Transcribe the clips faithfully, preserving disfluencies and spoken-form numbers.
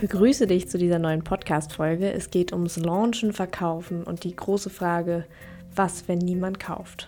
begrüße dich zu dieser neuen Podcast-Folge. Es geht ums Launchen, Verkaufen und die große Frage, was, wenn niemand kauft?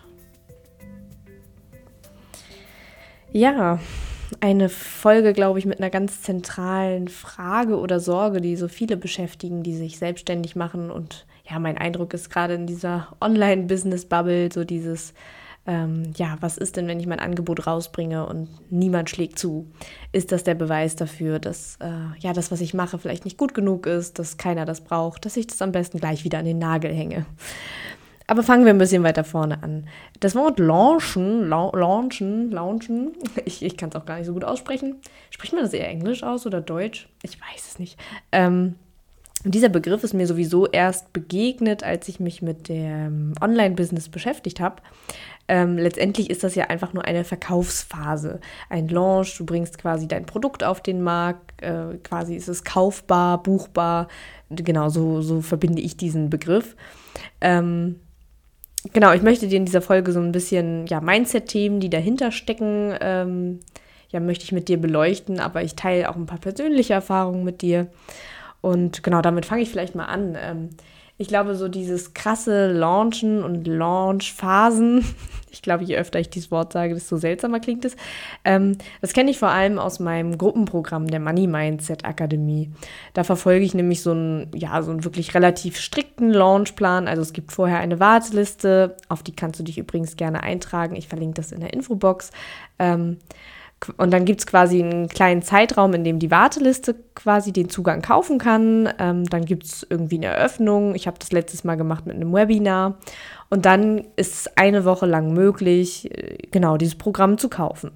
Ja, eine Folge, glaube ich, mit einer ganz zentralen Frage oder Sorge, die so viele beschäftigen, die sich selbstständig machen. Und ja, mein Eindruck ist gerade in dieser Online-Business-Bubble so dieses, ähm, ja, was ist denn, wenn ich mein Angebot rausbringe und niemand schlägt zu? Ist das der Beweis dafür, dass äh, ja, das, was ich mache, vielleicht nicht gut genug ist, dass keiner das braucht, dass ich das am besten gleich wieder an den Nagel hänge? Aber fangen wir ein bisschen weiter vorne an. Das Wort launchen, lau- launchen, launchen, ich, ich kann es auch gar nicht so gut aussprechen. Spricht man das eher Englisch aus oder Deutsch? Ich weiß es nicht. Ähm, dieser Begriff ist mir sowieso erst begegnet, als ich mich mit dem Online-Business beschäftigt habe. Ähm, letztendlich ist das ja einfach nur eine Verkaufsphase, ein Launch. Du bringst quasi dein Produkt auf den Markt, äh, quasi ist es kaufbar, buchbar. Genau, so, so verbinde ich diesen Begriff. Ähm, Genau, ich möchte dir in dieser Folge so ein bisschen ja, Mindset-Themen, die dahinter stecken, ähm, ja, möchte ich mit dir beleuchten, aber ich teile auch ein paar persönliche Erfahrungen mit dir. Und genau, damit fange ich vielleicht mal an. Ähm, ich glaube, so dieses krasse Launchen und Launch-Phasen, ich glaube, je öfter ich dieses Wort sage, desto seltsamer klingt es. Ähm, das kenne ich vor allem aus meinem Gruppenprogramm der Money Mindset Akademie. Da verfolge ich nämlich so einen, ja, so einen wirklich relativ strikten Launchplan. Also es gibt vorher eine Warteliste, auf die kannst du dich übrigens gerne eintragen. Ich verlinke das in der Infobox. Ähm, Und dann gibt es quasi einen kleinen Zeitraum, in dem die Warteliste quasi den Zugang kaufen kann. Ähm, dann gibt es irgendwie eine Eröffnung. Ich habe das letztes Mal gemacht mit einem Webinar. Und dann ist es eine Woche lang möglich, genau dieses Programm zu kaufen.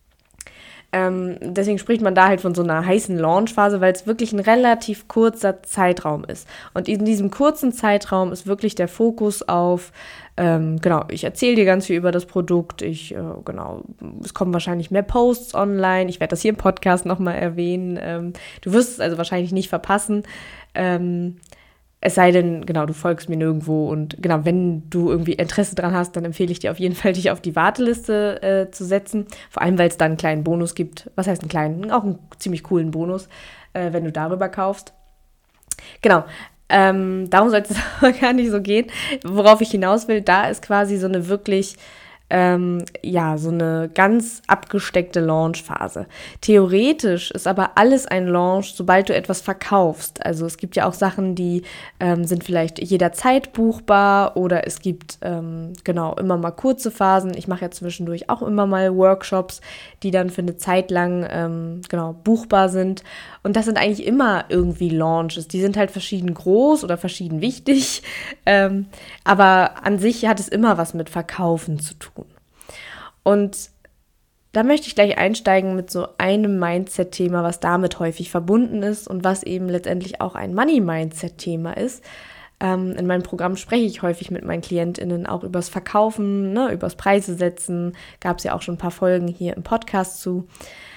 Ähm, deswegen spricht man da halt von so einer heißen Launchphase, weil es wirklich ein relativ kurzer Zeitraum ist. Und in diesem kurzen Zeitraum ist wirklich der Fokus auf, ähm, genau, ich erzähle dir ganz viel über das Produkt, ich, äh, genau, es kommen wahrscheinlich mehr Posts online, ich werde das hier im Podcast nochmal erwähnen, ähm, du wirst es also wahrscheinlich nicht verpassen, ähm, es sei denn, genau, du folgst mir nirgendwo und genau, wenn du irgendwie Interesse dran hast, dann empfehle ich dir auf jeden Fall, dich auf die Warteliste äh, zu setzen. Vor allem, weil es dann einen kleinen Bonus gibt. Was heißt einen kleinen? Auch einen ziemlich coolen Bonus, äh, wenn du darüber kaufst. Genau, ähm, darum soll es aber gar nicht so gehen. Worauf ich hinaus will, da ist quasi so eine wirklich Ähm, ja, so eine ganz abgesteckte Launchphase. Theoretisch ist aber alles ein Launch, sobald du etwas verkaufst. Also es gibt ja auch Sachen, die ähm, sind vielleicht jederzeit buchbar oder es gibt ähm, genau immer mal kurze Phasen. Ich mache ja zwischendurch auch immer mal Workshops, die dann für eine Zeit lang ähm, genau buchbar sind. Und das sind eigentlich immer irgendwie Launches. Die sind halt verschieden groß oder verschieden wichtig. Ähm, aber an sich hat es immer was mit Verkaufen zu tun. Und da möchte ich gleich einsteigen mit so einem Mindset-Thema, was damit häufig verbunden ist und was eben letztendlich auch ein Money-Mindset-Thema ist. Ähm, in meinem Programm spreche ich häufig mit meinen KlientInnen auch übers Verkaufen, ne, übers Preise setzen. Gab es ja auch schon ein paar Folgen hier im Podcast zu.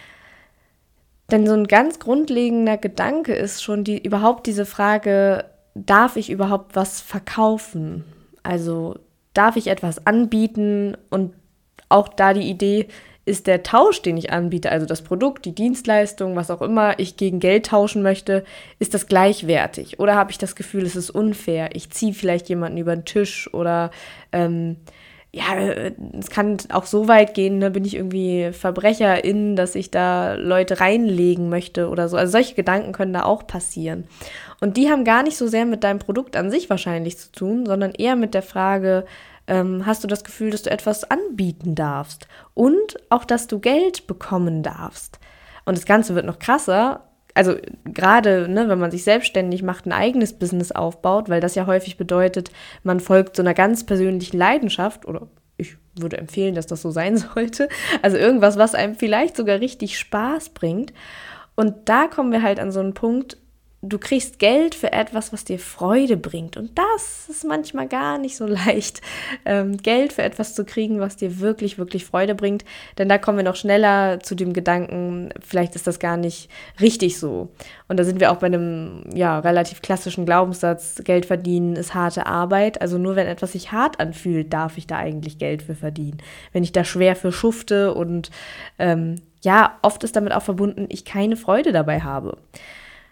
Denn so ein ganz grundlegender Gedanke ist schon die, überhaupt diese Frage, darf ich überhaupt was verkaufen? Also darf ich etwas anbieten? Und auch da die Idee, ist der Tausch, den ich anbiete, also das Produkt, die Dienstleistung, was auch immer ich gegen Geld tauschen möchte, ist das gleichwertig? Oder habe ich das Gefühl, es ist unfair? Ich ziehe vielleicht jemanden über den Tisch oder ähm, ja, es kann auch so weit gehen, ne, bin ich irgendwie Verbrecherin, dass ich da Leute reinlegen möchte oder so. Also solche Gedanken können da auch passieren. Und die haben gar nicht so sehr mit deinem Produkt an sich wahrscheinlich zu tun, sondern eher mit der Frage, ähm, hast du das Gefühl, dass du etwas anbieten darfst und auch, dass du Geld bekommen darfst. Und das Ganze wird noch krasser. Also gerade, ne, wenn man sich selbstständig macht, ein eigenes Business aufbaut, weil das ja häufig bedeutet, man folgt so einer ganz persönlichen Leidenschaft oder ich würde empfehlen, dass das so sein sollte. Also irgendwas, was einem vielleicht sogar richtig Spaß bringt. Und da kommen wir halt an so einen Punkt, du kriegst Geld für etwas, was dir Freude bringt. Und das ist manchmal gar nicht so leicht, ähm, Geld für etwas zu kriegen, was dir wirklich, wirklich Freude bringt. Denn da kommen wir noch schneller zu dem Gedanken, vielleicht ist das gar nicht richtig so. Und da sind wir auch bei einem ja, relativ klassischen Glaubenssatz, Geld verdienen ist harte Arbeit. Also nur wenn etwas sich hart anfühlt, darf ich da eigentlich Geld für verdienen. Wenn ich da schwer für schufte und ähm, ja, oft ist damit auch verbunden, ich keine Freude dabei habe.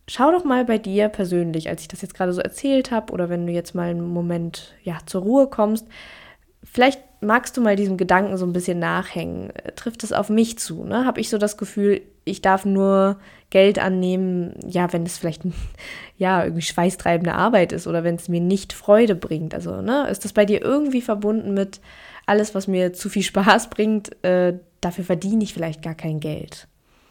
schau doch mal bei dir persönlich, als ich das jetzt gerade so erzählt habe oder wenn du jetzt mal einen Moment ja, zur Ruhe kommst, vielleicht magst du mal diesem Gedanken so ein bisschen nachhängen. Trifft es auf mich zu? Ne? Habe ich so das Gefühl, ich darf nur Geld annehmen, ja, wenn es vielleicht ja, irgendwie schweißtreibende Arbeit ist oder wenn es mir nicht Freude bringt. Also, ne, ist das bei dir irgendwie verbunden mit alles, was mir zu viel Spaß bringt, äh, dafür verdiene ich vielleicht gar kein Geld.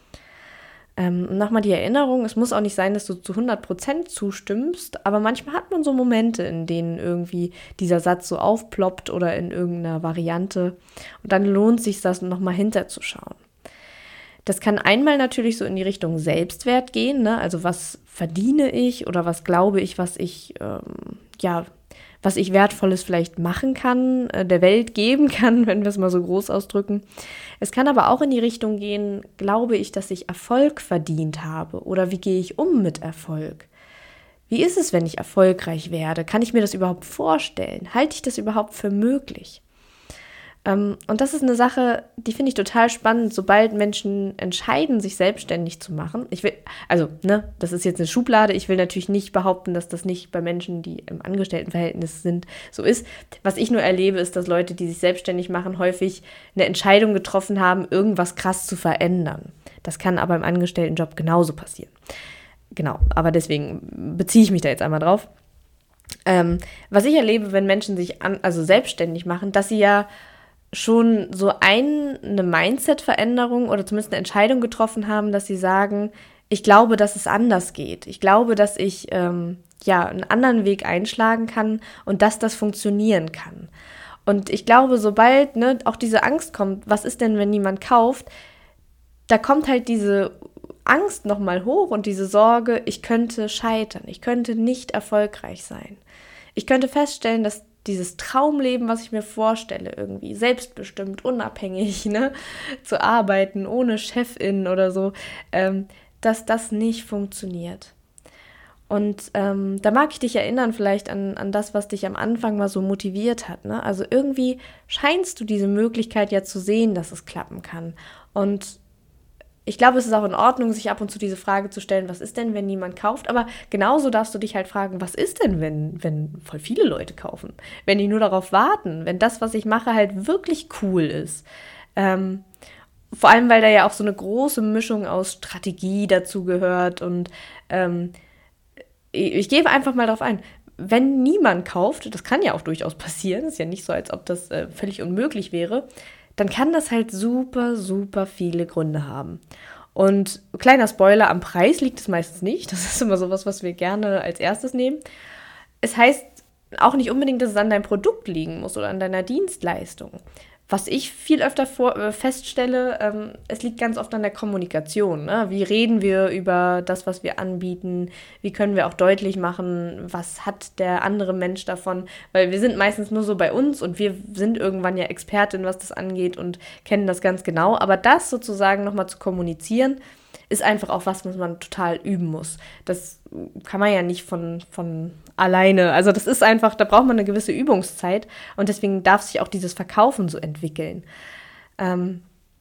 Ähm, und nochmal die Erinnerung, es muss auch nicht sein, dass du zu hundert Prozent zustimmst, aber manchmal hat man so Momente, in denen irgendwie dieser Satz so aufploppt oder in irgendeiner Variante und dann lohnt sich das nochmal hinterzuschauen. Das kann einmal natürlich so in die Richtung Selbstwert gehen, ne? Also was verdiene ich oder was glaube ich, was ich, ähm, ja, was ich Wertvolles vielleicht machen kann, äh, der Welt geben kann, wenn wir es mal so groß ausdrücken. Es kann aber auch in die Richtung gehen, glaube ich, dass ich Erfolg verdient habe oder wie gehe ich um mit Erfolg? Wie ist es, wenn ich erfolgreich werde? Kann ich mir das überhaupt vorstellen? Halte ich das überhaupt für möglich? Ähm, und das ist eine Sache, die finde ich total spannend, sobald Menschen entscheiden, sich selbstständig zu machen. Ich will, also, ne, das ist jetzt eine Schublade. Ich will natürlich nicht behaupten, dass das nicht bei Menschen, die im Angestelltenverhältnis sind, so ist. Was ich nur erlebe, ist, dass Leute, die sich selbstständig machen, häufig eine Entscheidung getroffen haben, irgendwas krass zu verändern. Das kann aber im Angestelltenjob genauso passieren. Genau, aber deswegen beziehe ich mich da jetzt einmal drauf. Ähm, was ich erlebe, wenn Menschen sich an, also selbstständig machen, dass sie ja schon so ein, eine Mindset-Veränderung oder zumindest eine Entscheidung getroffen haben, dass sie sagen, ich glaube, dass es anders geht. Ich glaube, dass ich ähm, ja einen anderen Weg einschlagen kann und dass das funktionieren kann. Und ich glaube, sobald ne, auch diese Angst kommt, was ist denn, wenn niemand kauft, da kommt halt diese Angst nochmal hoch und diese Sorge, ich könnte scheitern, ich könnte nicht erfolgreich sein. Ich könnte feststellen, dass dieses Traumleben, was ich mir vorstelle, irgendwie selbstbestimmt, unabhängig, ne, zu arbeiten, ohne Chefin oder so, ähm, dass das nicht funktioniert. Und ähm, da mag ich dich erinnern vielleicht an, an das, was dich am Anfang mal so motiviert hat. Ne? Also irgendwie scheinst du diese Möglichkeit ja zu sehen, dass es klappen kann. Und ich glaube, es ist auch in Ordnung, sich ab und zu diese Frage zu stellen, was ist denn, wenn niemand kauft? Aber genauso darfst du dich halt fragen, was ist denn, wenn, wenn voll viele Leute kaufen? Wenn die nur darauf warten, wenn das, was ich mache, halt wirklich cool ist. Ähm, vor allem, weil da ja auch so eine große Mischung aus Strategie dazu gehört. Und ähm, ich, ich gebe einfach mal darauf ein, wenn niemand kauft, das kann ja auch durchaus passieren, ist ja nicht so, als ob das äh, völlig unmöglich wäre, dann kann das halt super, super viele Gründe haben. Und kleiner Spoiler, am Preis liegt es meistens nicht. Das ist immer sowas, was wir gerne als erstes nehmen. Es heißt auch nicht unbedingt, dass es an deinem Produkt liegen muss oder an deiner Dienstleistung. Was ich viel öfter vor, äh, feststelle, ähm, es liegt ganz oft an der Kommunikation. Ne? Wie reden wir über das, was wir anbieten? Wie können wir auch deutlich machen, was hat der andere Mensch davon? Weil wir sind meistens nur so bei uns und wir sind irgendwann ja Expertin, was das angeht und kennen das ganz genau. Aber das sozusagen nochmal zu kommunizieren, ist einfach auch was, was man total üben muss. Das kann man ja nicht von, von alleine. Also das ist einfach, da braucht man eine gewisse Übungszeit und deswegen darf sich auch dieses Verkaufen so entwickeln. Ähm,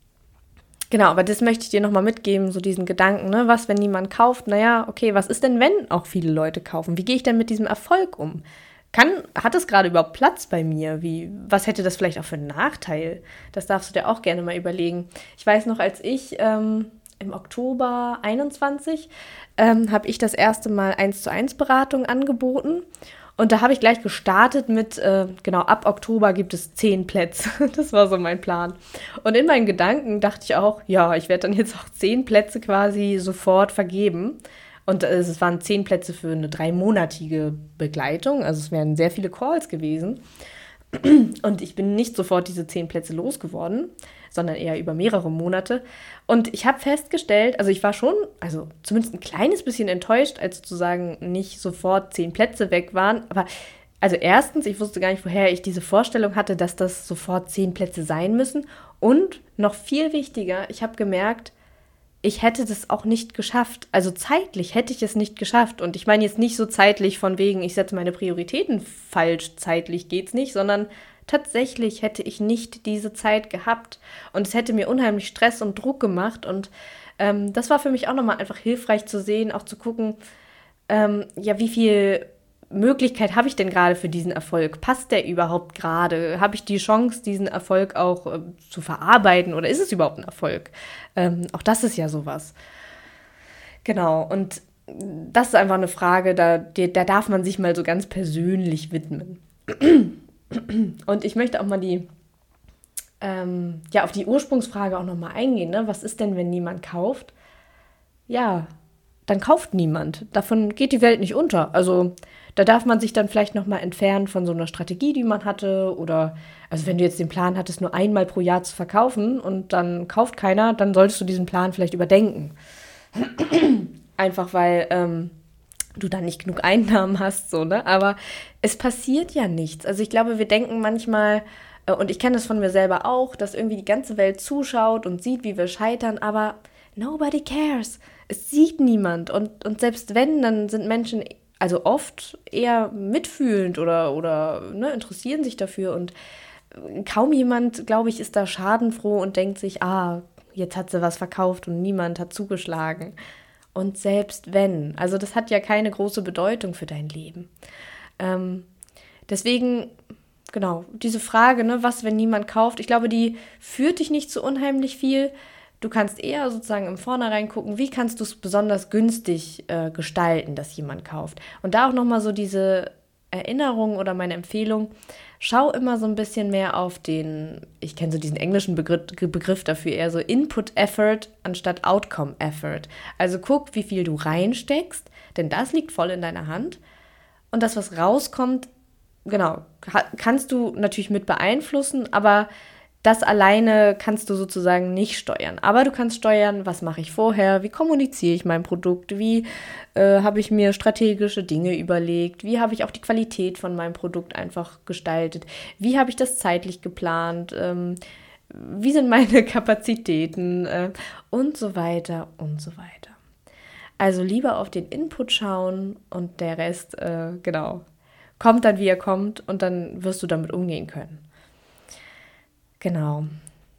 genau, aber das möchte ich dir nochmal mitgeben, so diesen Gedanken, ne? Was, wenn niemand kauft? Naja, okay, was ist denn, wenn auch viele Leute kaufen? Wie gehe ich denn mit diesem Erfolg um? Kann, hat es gerade überhaupt Platz bei mir? Wie, was hätte das vielleicht auch für einen Nachteil? Das darfst du dir auch gerne mal überlegen. Ich weiß noch, als ich ähm, im Oktober einundzwanzig ähm, habe ich das erste Mal eins zu eins Beratung angeboten und da habe ich gleich gestartet mit, äh, genau, ab Oktober gibt es zehn Plätze. Das war so mein Plan. Und in meinen Gedanken dachte ich auch, ja, ich werde dann jetzt auch zehn Plätze quasi sofort vergeben. Und äh, es waren zehn Plätze für eine dreimonatige Begleitung, also es wären sehr viele Calls gewesen. Und ich bin nicht sofort diese zehn Plätze losgeworden, sondern eher über mehrere Monate. Und ich habe festgestellt, also ich war schon, also zumindest ein kleines bisschen enttäuscht, als sozusagen nicht sofort zehn Plätze weg waren. Aber also erstens, ich wusste gar nicht, woher ich diese Vorstellung hatte, dass das sofort zehn Plätze sein müssen. Und noch viel wichtiger, ich habe gemerkt, ich hätte das auch nicht geschafft. Also zeitlich hätte ich es nicht geschafft. Und ich meine jetzt nicht so zeitlich von wegen, ich setze meine Prioritäten falsch, zeitlich geht's nicht, sondern tatsächlich hätte ich nicht diese Zeit gehabt. Und es hätte mir unheimlich Stress und Druck gemacht. Und Ähm, das war für mich auch nochmal einfach hilfreich zu sehen, auch zu gucken, ähm, ja, wie viel Möglichkeit habe ich denn gerade für diesen Erfolg? Passt der überhaupt gerade? Habe ich die Chance, diesen Erfolg auch äh, zu verarbeiten oder ist es überhaupt ein Erfolg? Ähm, auch das ist ja sowas. Genau, und das ist einfach eine Frage, da, da darf man sich mal so ganz persönlich widmen. Und ich möchte auch mal die, ähm, ja, auf die Ursprungsfrage auch nochmal eingehen. Ne? Was ist denn, wenn niemand kauft? Ja, dann kauft niemand. Davon geht die Welt nicht unter. Also da darf man sich dann vielleicht nochmal entfernen von so einer Strategie, die man hatte. Oder, also wenn du jetzt den Plan hattest, nur einmal pro Jahr zu verkaufen und dann kauft keiner, dann solltest du diesen Plan vielleicht überdenken. Einfach weil ähm, du dann nicht genug Einnahmen hast, so, ne? Aber es passiert ja nichts. Also ich glaube, wir denken manchmal, äh, und ich kenne das von mir selber auch, dass irgendwie die ganze Welt zuschaut und sieht, wie wir scheitern, aber nobody cares. Es sieht niemand. Und, und selbst wenn, dann sind Menschen also oft eher mitfühlend oder, oder ne, interessieren sich dafür. Und kaum jemand, glaube ich, ist da schadenfroh und denkt sich, ah, jetzt hat sie was verkauft und niemand hat zugeschlagen. Und selbst wenn, also das hat ja keine große Bedeutung für dein Leben. Ähm, deswegen, genau, diese Frage, ne, was, wenn niemand kauft, ich glaube, die führt dich nicht zu unheimlich viel. Du kannst eher sozusagen im Vornherein gucken, wie kannst du es besonders günstig äh, gestalten, dass jemand kauft. Und da auch nochmal so diese Erinnerung oder meine Empfehlung, schau immer so ein bisschen mehr auf den, ich kenne so diesen englischen Begriff, Begriff dafür, eher so Input-Effort anstatt Outcome-Effort. Also guck, wie viel du reinsteckst, denn das liegt voll in deiner Hand. Und das, was rauskommt, genau, kannst du natürlich mit beeinflussen, aber das alleine kannst du sozusagen nicht steuern. Aber du kannst steuern, was mache ich vorher, wie kommuniziere ich mein Produkt, wie äh, habe ich mir strategische Dinge überlegt, wie habe ich auch die Qualität von meinem Produkt einfach gestaltet, wie habe ich das zeitlich geplant, ähm, wie sind meine Kapazitäten äh, und so weiter und so weiter. Also lieber auf den Input schauen und der Rest, äh, genau, kommt dann, wie er kommt und dann wirst du damit umgehen können. Genau.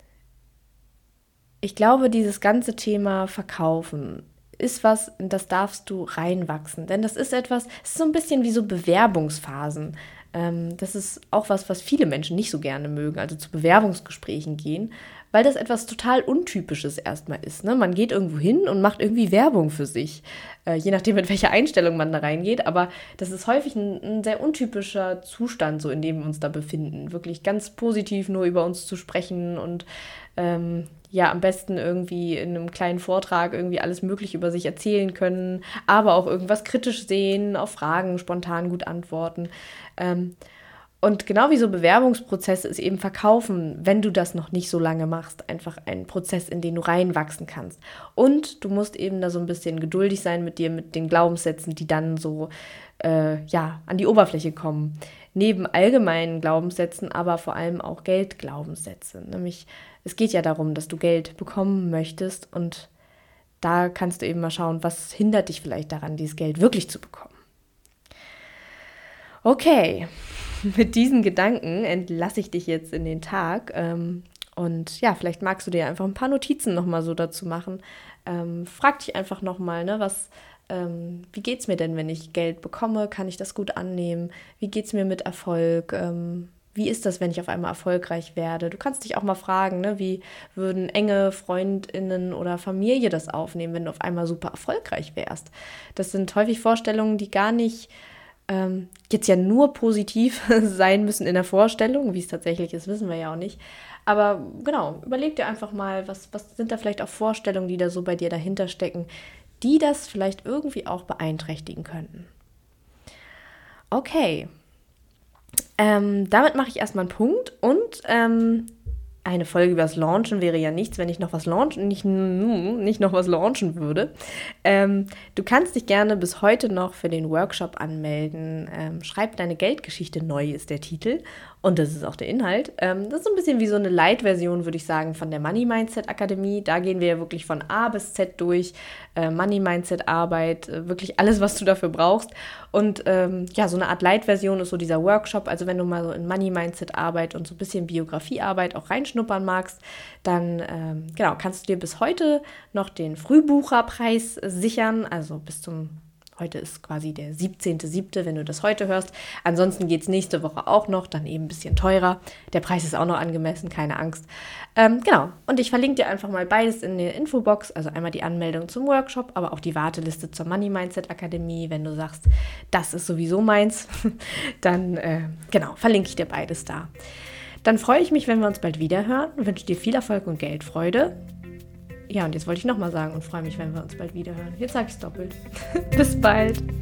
Ich glaube, dieses ganze Thema Verkaufen ist was, in das darfst du reinwachsen. Denn das ist etwas, es ist so ein bisschen wie so Bewerbungsphasen. Ähm, das ist auch was, was viele Menschen nicht so gerne mögen, also zu Bewerbungsgesprächen gehen, weil das etwas total Untypisches erstmal ist. Ne? Man geht irgendwo hin und macht irgendwie Werbung für sich, äh, je nachdem, mit welcher Einstellung man da reingeht. Aber das ist häufig ein, ein sehr untypischer Zustand, so in dem wir uns da befinden. Wirklich ganz positiv nur über uns zu sprechen und ähm, ja, am besten irgendwie in einem kleinen Vortrag irgendwie alles Mögliche über sich erzählen können, aber auch irgendwas kritisch sehen, auf Fragen spontan gut antworten. Ähm, und genau wie so Bewerbungsprozesse ist eben Verkaufen, wenn du das noch nicht so lange machst, einfach ein Prozess, in den du reinwachsen kannst. Und du musst eben da so ein bisschen geduldig sein mit dir, mit den Glaubenssätzen, die dann so äh, ja, an die Oberfläche kommen. Neben allgemeinen Glaubenssätzen, aber vor allem auch Geldglaubenssätze. Nämlich, es geht ja darum, dass du Geld bekommen möchtest und da kannst du eben mal schauen, was hindert dich vielleicht daran, dieses Geld wirklich zu bekommen. Okay, mit diesen Gedanken entlasse ich dich jetzt in den Tag ähm, und ja, vielleicht magst du dir einfach ein paar Notizen nochmal so dazu machen. Ähm, frag dich einfach nochmal, ne, was, ähm, wie geht's mir denn, wenn ich Geld bekomme? Kann ich das gut annehmen? Wie geht's mir mit Erfolg? Ähm, wie ist das, wenn ich auf einmal erfolgreich werde? Du kannst dich auch mal fragen, ne, wie würden enge FreundInnen oder Familie das aufnehmen, wenn du auf einmal super erfolgreich wärst? Das sind häufig Vorstellungen, die gar nicht ähm, jetzt ja nur positiv sein müssen in der Vorstellung. Wie es tatsächlich ist, wissen wir ja auch nicht. Aber genau, überleg dir einfach mal, was, was sind da vielleicht auch Vorstellungen, die da so bei dir dahinter stecken, die das vielleicht irgendwie auch beeinträchtigen könnten. Okay, ähm, damit mache ich erstmal einen Punkt und ähm, eine Folge über das Launchen wäre ja nichts, wenn ich noch was launchen, nicht, nicht noch was launchen würde. Ähm, du kannst dich gerne bis heute noch für den Workshop anmelden. Ähm, Schreib deine Geldgeschichte neu ist der Titel und das ist auch der Inhalt. Ähm, das ist so ein bisschen wie so eine Light-Version, würde ich sagen, von der Money Mindset Akademie. Da gehen wir ja wirklich von A bis Z durch. Äh, Money Mindset Arbeit, äh, wirklich alles, was du dafür brauchst. Und ähm, ja, so eine Art Light-Version ist so dieser Workshop. Also wenn du mal so in Money Mindset Arbeit und so ein bisschen Biografiearbeit auch reinschnuppern magst, dann ähm, genau, kannst du dir bis heute noch den Frühbucherpreis sichern. Also bis zum, heute ist quasi der siebzehnter siebte, wenn du das heute hörst. Ansonsten geht es nächste Woche auch noch, dann eben ein bisschen teurer. Der Preis ist auch noch angemessen, keine Angst. Ähm, genau, und ich verlinke dir einfach mal beides in der Infobox, also einmal die Anmeldung zum Workshop, aber auch die Warteliste zur Money Mindset Akademie. Wenn du sagst, das ist sowieso meins, dann äh, genau, verlinke ich dir beides da. Dann freue ich mich, wenn wir uns bald wieder hören und wünsche dir viel Erfolg und Geldfreude. Ja, und jetzt wollte ich nochmal sagen und freue mich, wenn wir uns bald wieder hören. Jetzt sage ich es doppelt. Bis bald.